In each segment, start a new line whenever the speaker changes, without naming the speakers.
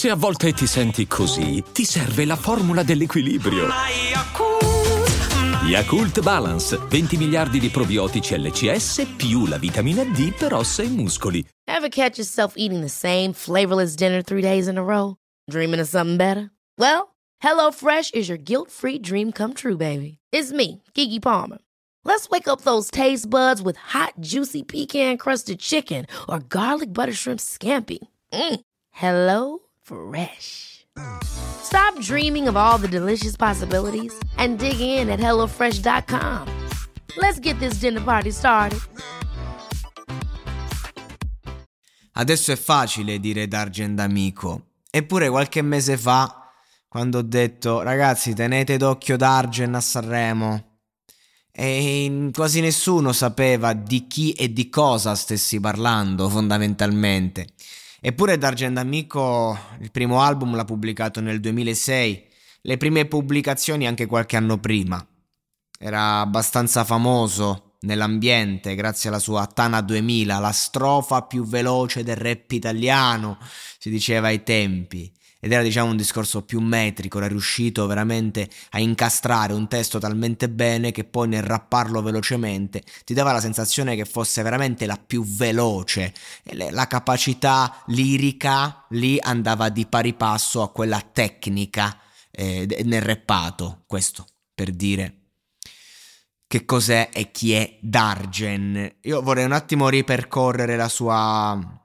Se a volte ti senti così, ti serve la formula dell'equilibrio. Yakult Balance, 20 miliardi di probiotici LCS più la vitamina D per ossa e muscoli.
Ever catch yourself eating the same flavorless dinner 3 days in a row? Dreaming of something better? Well, HelloFresh is your guilt-free dream come true, baby. It's me, Keke Palmer. Let's wake up those taste buds with hot, juicy pecan-crusted chicken or garlic butter shrimp scampi. Hello Fresh. Stop dreaming of all the delicious possibilities and dig in at HelloFresh.com. Let's get this dinner party started.
Adesso è facile dire Dargen d'amico, eppure qualche mese fa, quando ho detto ragazzi tenete d'occhio Dargen a Sanremo, e quasi nessuno sapeva di chi e di cosa stessi parlando fondamentalmente. Eppure Dargen d'amico il primo album l'ha pubblicato nel 2006, le prime pubblicazioni anche qualche anno prima. Era abbastanza famoso nell'ambiente grazie alla sua Tana 2000, la strofa più veloce del rap italiano, si diceva ai tempi. Ed era diciamo un discorso più metrico, era riuscito veramente a incastrare un testo talmente bene che poi nel rapparlo velocemente ti dava la sensazione che fosse veramente la più veloce, e la capacità lirica lì andava di pari passo a quella tecnica nel rappato. Questo per dire che cos'è e chi è Dargen. Io vorrei un attimo ripercorrere la sua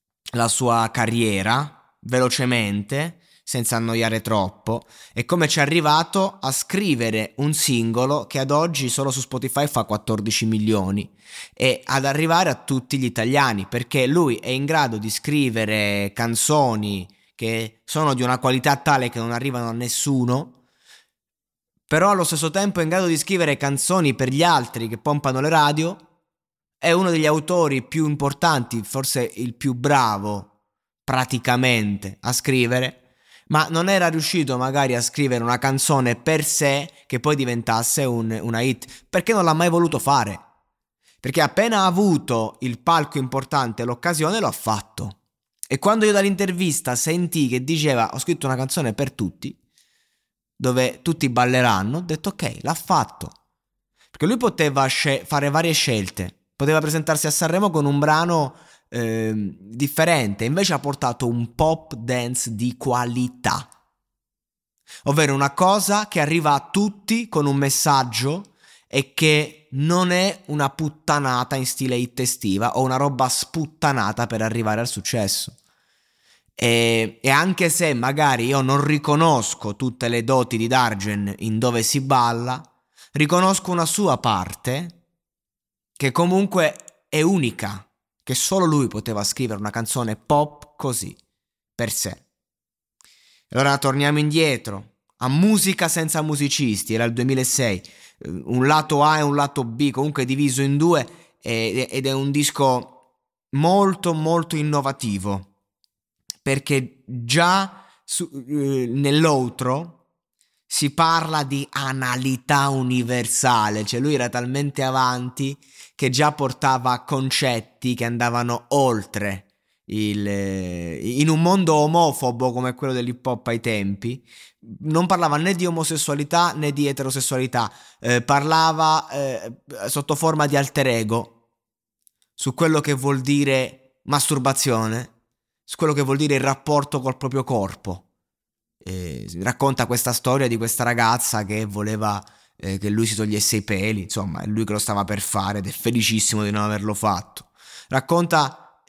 carriera velocemente, senza annoiare troppo, e come ci è arrivato a scrivere un singolo che ad oggi solo su Spotify fa 14 milioni e ad arrivare a tutti gli italiani, perché lui è in grado di scrivere canzoni che sono di una qualità tale che non arrivano a nessuno, però allo stesso tempo è in grado di scrivere canzoni per gli altri che pompano le radio. È uno degli autori più importanti, forse il più bravo praticamente a scrivere, ma non era riuscito magari a scrivere una canzone per sé che poi diventasse una hit, perché non l'ha mai voluto fare, perché appena ha avuto il palco importante, l'occasione, lo ha fatto. E quando io dall'intervista sentii che diceva ho scritto una canzone per tutti dove tutti balleranno, ho detto ok, l'ha fatto, perché lui poteva fare varie scelte, poteva presentarsi a Sanremo con un brano differente, invece ha portato un pop dance di qualità, ovvero una cosa che arriva a tutti con un messaggio e che non è una puttanata in stile hit estiva o una roba sputtanata per arrivare al successo. E anche se magari io non riconosco tutte le doti di Dargen in Dove si balla, riconosco una sua parte che comunque è unica, che solo lui poteva scrivere una canzone pop così, per sé. Allora torniamo indietro, a Musica senza musicisti, era il 2006, un lato A e un lato B, comunque diviso in due, ed è un disco molto molto innovativo, perché già nell'outro si parla di analità universale, cioè lui era talmente avanti che già portava concetti che andavano oltre in un mondo omofobo come quello dell'hip hop ai tempi. Non parlava né di omosessualità né di eterosessualità, parlava sotto forma di alter ego su quello che vuol dire masturbazione, su quello che vuol dire il rapporto col proprio corpo. Racconta questa storia di questa ragazza che voleva che lui si togliesse i peli, insomma è lui che lo stava per fare ed è felicissimo di non averlo fatto. Racconta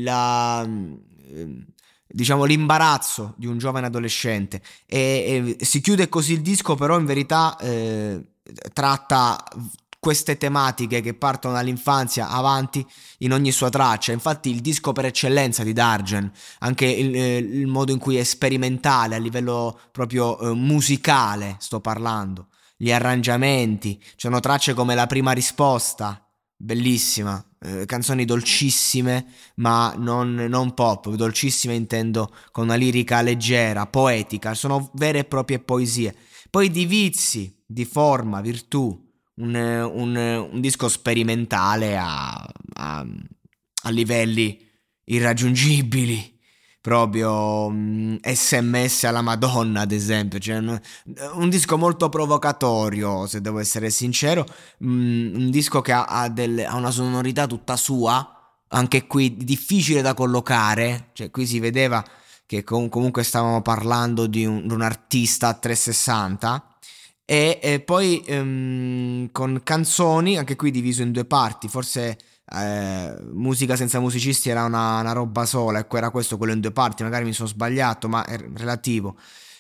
diciamo l'imbarazzo di un giovane adolescente e si chiude così il disco, però in verità tratta queste tematiche che partono dall'infanzia avanti in ogni sua traccia. Infatti il disco per eccellenza di Dargen, anche il modo in cui è sperimentale a livello proprio musicale, sto parlando, gli arrangiamenti, ci sono tracce come La prima risposta, bellissima, canzoni dolcissime ma non pop, dolcissime intendo con una lirica leggera, poetica, sono vere e proprie poesie. Poi di vizi, di forma, virtù, un disco sperimentale a livelli irraggiungibili, proprio SMS alla Madonna, ad esempio, cioè, un disco molto provocatorio, se devo essere sincero, un disco che ha una sonorità tutta sua, anche qui difficile da collocare, cioè qui si vedeva che comunque stavamo parlando di un artista a 360. E poi con canzoni, anche qui diviso in due parti, forse musica senza musicisti era una roba sola, ecco, era questo quello in due parti, magari mi sono sbagliato, ma è relativo.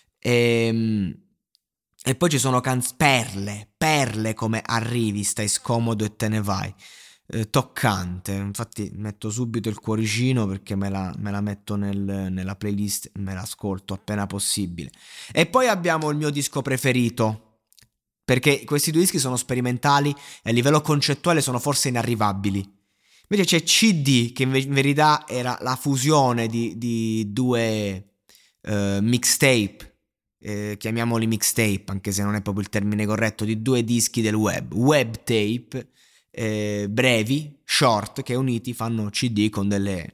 E poi ci sono perle come Arrivi, stai scomodo e te ne vai. Toccante, infatti metto subito il cuoricino perché me la metto nella playlist, me l'ascolto appena possibile. E poi abbiamo il mio disco preferito, perché questi due dischi sono sperimentali e a livello concettuale sono forse inarrivabili. Invece c'è CD, che in verità era la fusione di due mixtape, chiamiamoli mixtape anche se non è proprio il termine corretto, di due dischi del web tape, brevi, short, che uniti fanno CD con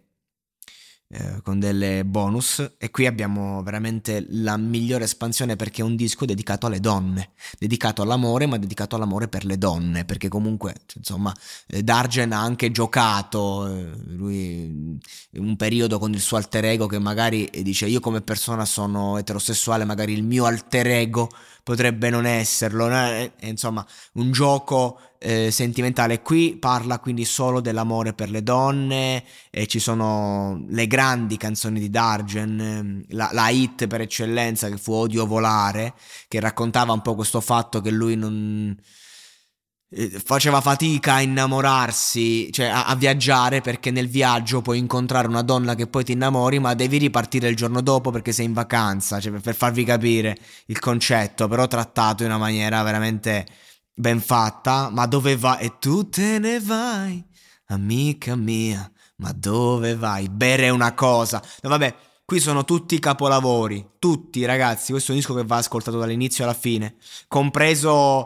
delle bonus. E qui abbiamo veramente la migliore espansione, perché è un disco dedicato alle donne, dedicato all'amore, ma dedicato all'amore per le donne, perché comunque insomma Dargen ha anche giocato lui un periodo con il suo alter ego, che magari dice io come persona sono eterosessuale, magari il mio alter ego potrebbe non esserlo, insomma un gioco sentimentale. Qui parla quindi solo dell'amore per le donne, e ci sono le grandi canzoni di Dargen, la hit per eccellenza che fu Odio volare, che raccontava un po' questo fatto che lui non faceva fatica a innamorarsi, cioè a viaggiare, perché nel viaggio puoi incontrare una donna che poi ti innamori, ma devi ripartire il giorno dopo perché sei in vacanza, cioè per farvi capire il concetto, però trattato in una maniera veramente ben fatta. Ma dove vai? E tu te ne vai, amica mia, ma dove vai? Bere è una cosa. No, vabbè, qui sono tutti capolavori, tutti ragazzi, questo è un disco che va ascoltato dall'inizio alla fine, compreso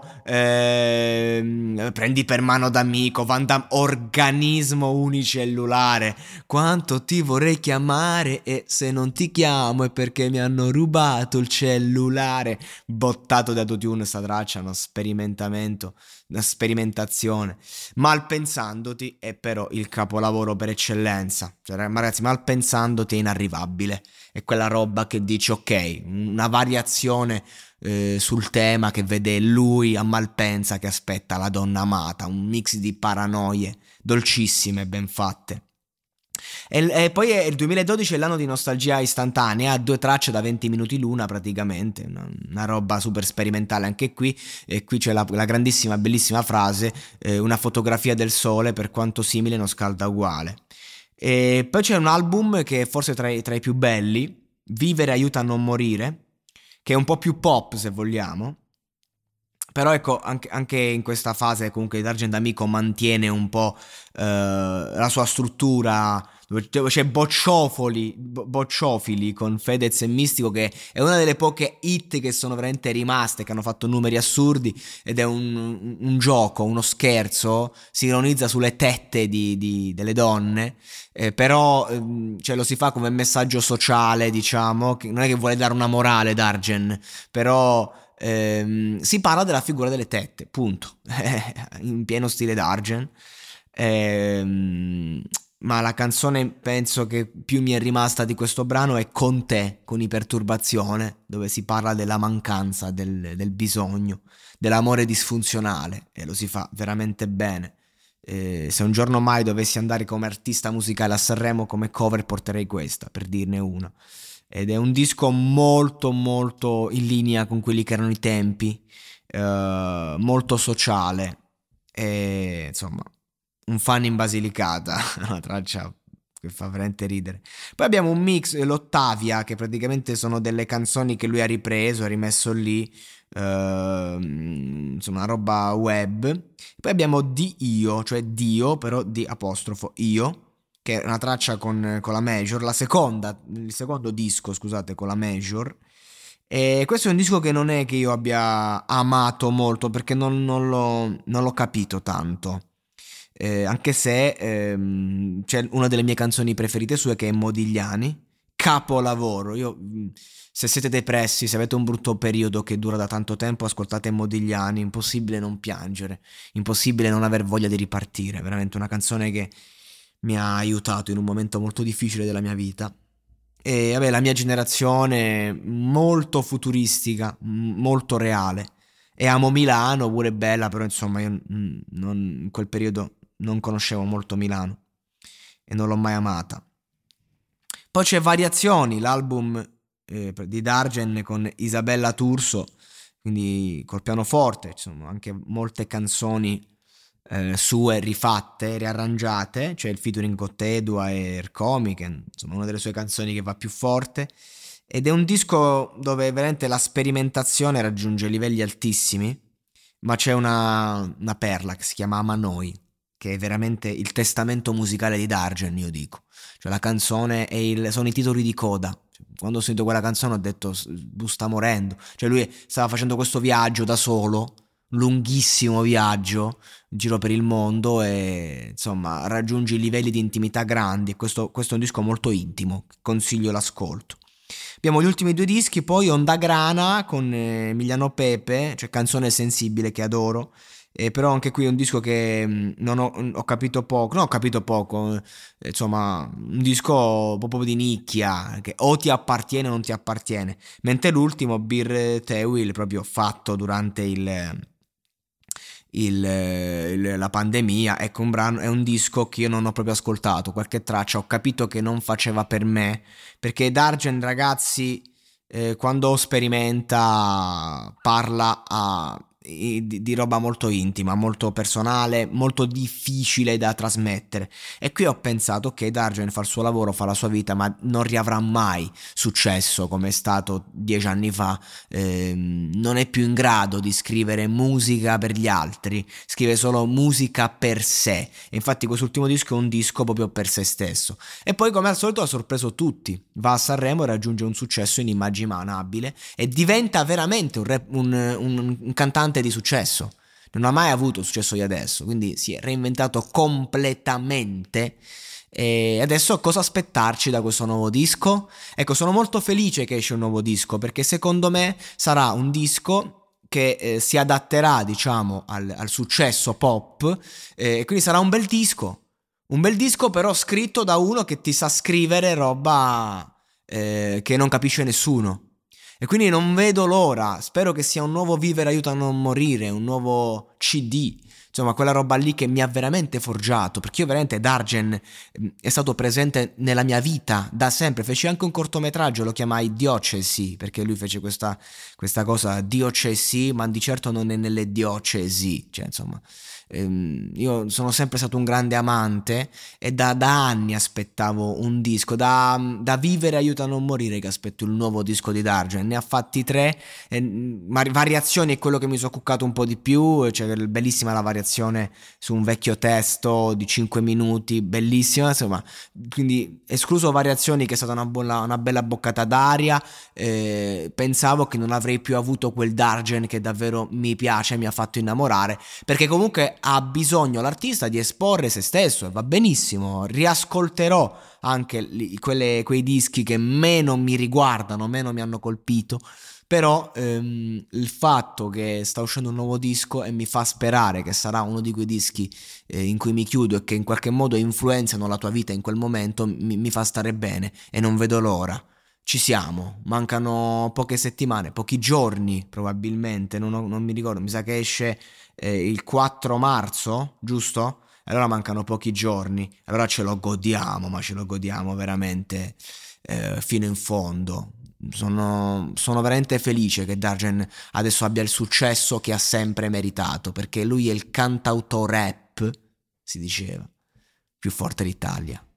Prendi per mano d'amico, Van Damme, Organismo unicellulare, quanto ti vorrei chiamare e se non ti chiamo è perché mi hanno rubato il cellulare, bottato da autotune sta traccia, uno sperimentamento, una sperimentazione. Malpensandoti è però il capolavoro per eccellenza, cioè ragazzi, Malpensandoti è inarrivabile, è quella roba che dici ok, una variazione sul tema, che vede lui a Malpensa che aspetta la donna amata, un mix di paranoie dolcissime ben fatte. E poi il 2012 è l'anno di nostalgia istantanea, ha 2 tracce da 20 minuti l'una praticamente, una roba super sperimentale anche qui. E qui c'è la grandissima bellissima frase, una fotografia del sole per quanto simile non scalda uguale. E poi c'è un album che è forse tra i più belli, Vivere aiuta a non morire, che è un po' più pop se vogliamo, però ecco anche in questa fase comunque Dargen D'Amico mantiene un po' la sua struttura, dove c'è Bocciofili con Fedez e Mistico, che è una delle poche hit che sono veramente rimaste, che hanno fatto numeri assurdi, ed è un gioco, uno scherzo, si ironizza sulle tette delle donne, però cioè, lo si fa come messaggio sociale, diciamo, che non è che vuole dare una morale Dargen, però si parla della figura delle tette, punto, in pieno stile Dargen. Ma la canzone penso che più mi è rimasta di questo brano è Con te, con Iperturbazione, dove si parla della mancanza, del bisogno, dell'amore disfunzionale, e lo si fa veramente bene. Se un giorno mai dovessi andare come artista musicale a Sanremo, come cover porterei questa, per dirne una. Ed è un disco molto molto in linea con quelli che erano i tempi, molto sociale, e insomma un fan in Basilicata, una traccia che fa veramente ridere. Poi abbiamo un mix, l'Ottavia, che praticamente sono delle canzoni che lui ha ripreso, ha rimesso lì, insomma una roba web. Poi abbiamo Di Io, cioè Dio però di apostrofo Io, che è una traccia con la Major, il secondo disco, scusate, con la Major. E questo è un disco che non è che io abbia amato molto, perché non l'ho capito tanto. Anche se c'è una delle mie canzoni preferite sue, che è Modigliani, capolavoro. Se siete depressi, se avete un brutto periodo che dura da tanto tempo, ascoltate Modigliani, impossibile non piangere, impossibile non aver voglia di ripartire. Veramente una canzone che mi ha aiutato in un momento molto difficile della mia vita. E vabbè, la mia generazione molto futuristica, molto reale. E amo Milano, pure bella, però insomma io in quel periodo non conoscevo molto Milano e non l'ho mai amata. Poi c'è Variazioni, l'album di Dargen con Isabella Turso, quindi col pianoforte, ci sono anche molte canzoni sue rifatte, riarrangiate. C'è il featuring con Tedua e Ercomi, che insomma una delle sue canzoni che va più forte, ed è un disco dove veramente la sperimentazione raggiunge livelli altissimi, ma c'è una perla che si chiama Ama Noi, che è veramente il testamento musicale di Dargen, io dico. Cioè la canzone sono i titoli di coda. Quando ho sentito quella canzone ho detto sta morendo. Cioè lui stava facendo questo viaggio da solo, lunghissimo viaggio in giro per il mondo, e insomma raggiungi livelli di intimità grandi, e questo è un disco molto intimo, consiglio l'ascolto. Abbiamo gli ultimi 2 dischi, poi Onda Grana con Emiliano Pepe, cioè Canzone Sensibile, che adoro. Però anche qui è un disco che ho capito poco, insomma un disco proprio di nicchia, che o ti appartiene o non ti appartiene, mentre l'ultimo Bir Tewil, proprio fatto durante la pandemia, ecco, è un disco che io non ho proprio ascoltato, qualche traccia ho capito che non faceva per me, perché Dargen, ragazzi, quando sperimenta parla di roba molto intima, molto personale, molto difficile da trasmettere, e qui ho pensato che Dargen fa il suo lavoro, fa la sua vita, ma non riavrà mai successo come è stato 10 anni fa. Non è più in grado di scrivere musica per gli altri, scrive solo musica per sé, e infatti quest'ultimo disco è un disco proprio per se stesso. E poi, come al solito, ha sorpreso tutti, va a Sanremo e raggiunge un successo inimmaginabile e diventa veramente un cantante di successo. Non ha mai avuto successo di adesso, quindi si è reinventato completamente. E adesso cosa aspettarci da questo nuovo disco? Ecco, sono molto felice che esce un nuovo disco, perché secondo me sarà un disco che si adatterà, diciamo, al successo pop, e quindi sarà un bel disco però scritto da uno che ti sa scrivere roba che non capisce nessuno. E quindi non vedo l'ora, spero che sia un nuovo Vivere aiuta a non morire, un nuovo CD, insomma quella roba lì che mi ha veramente forgiato, perché io veramente Dargen è stato presente nella mia vita da sempre. Feci anche un cortometraggio, lo chiamai Diocesi, perché lui fece questa cosa, diocesi, ma di certo non è nelle diocesi, cioè insomma io sono sempre stato un grande amante, e da anni aspettavo un disco, da Vivere aiuta a non morire che aspetto il nuovo disco di Dargen. Ne ha fatti 3, Variazioni è quello che mi sono cuccato un po' di più, cioè bellissima la variazione su un vecchio testo di 5 minuti, bellissima, insomma, quindi escluso Variazioni, che è stata una bella boccata d'aria. Pensavo che non avrei più avuto quel Dargen che davvero mi piace, mi ha fatto innamorare, perché comunque ha bisogno l'artista di esporre se stesso, e va benissimo. Riascolterò anche quei dischi che meno mi riguardano, meno mi hanno colpito, però il fatto che sta uscendo un nuovo disco e mi fa sperare che sarà uno di quei dischi in cui mi chiudo e che in qualche modo influenzano la tua vita in quel momento, mi fa stare bene, e non vedo l'ora. Ci siamo, mancano poche settimane, pochi giorni probabilmente, non mi ricordo, mi sa che esce il 4 marzo, giusto? Allora mancano pochi giorni, allora ce lo godiamo, ma ce lo godiamo veramente fino in fondo. Sono veramente felice che Dargen adesso abbia il successo che ha sempre meritato, perché lui è il cantautore rap, si diceva, più forte d'Italia.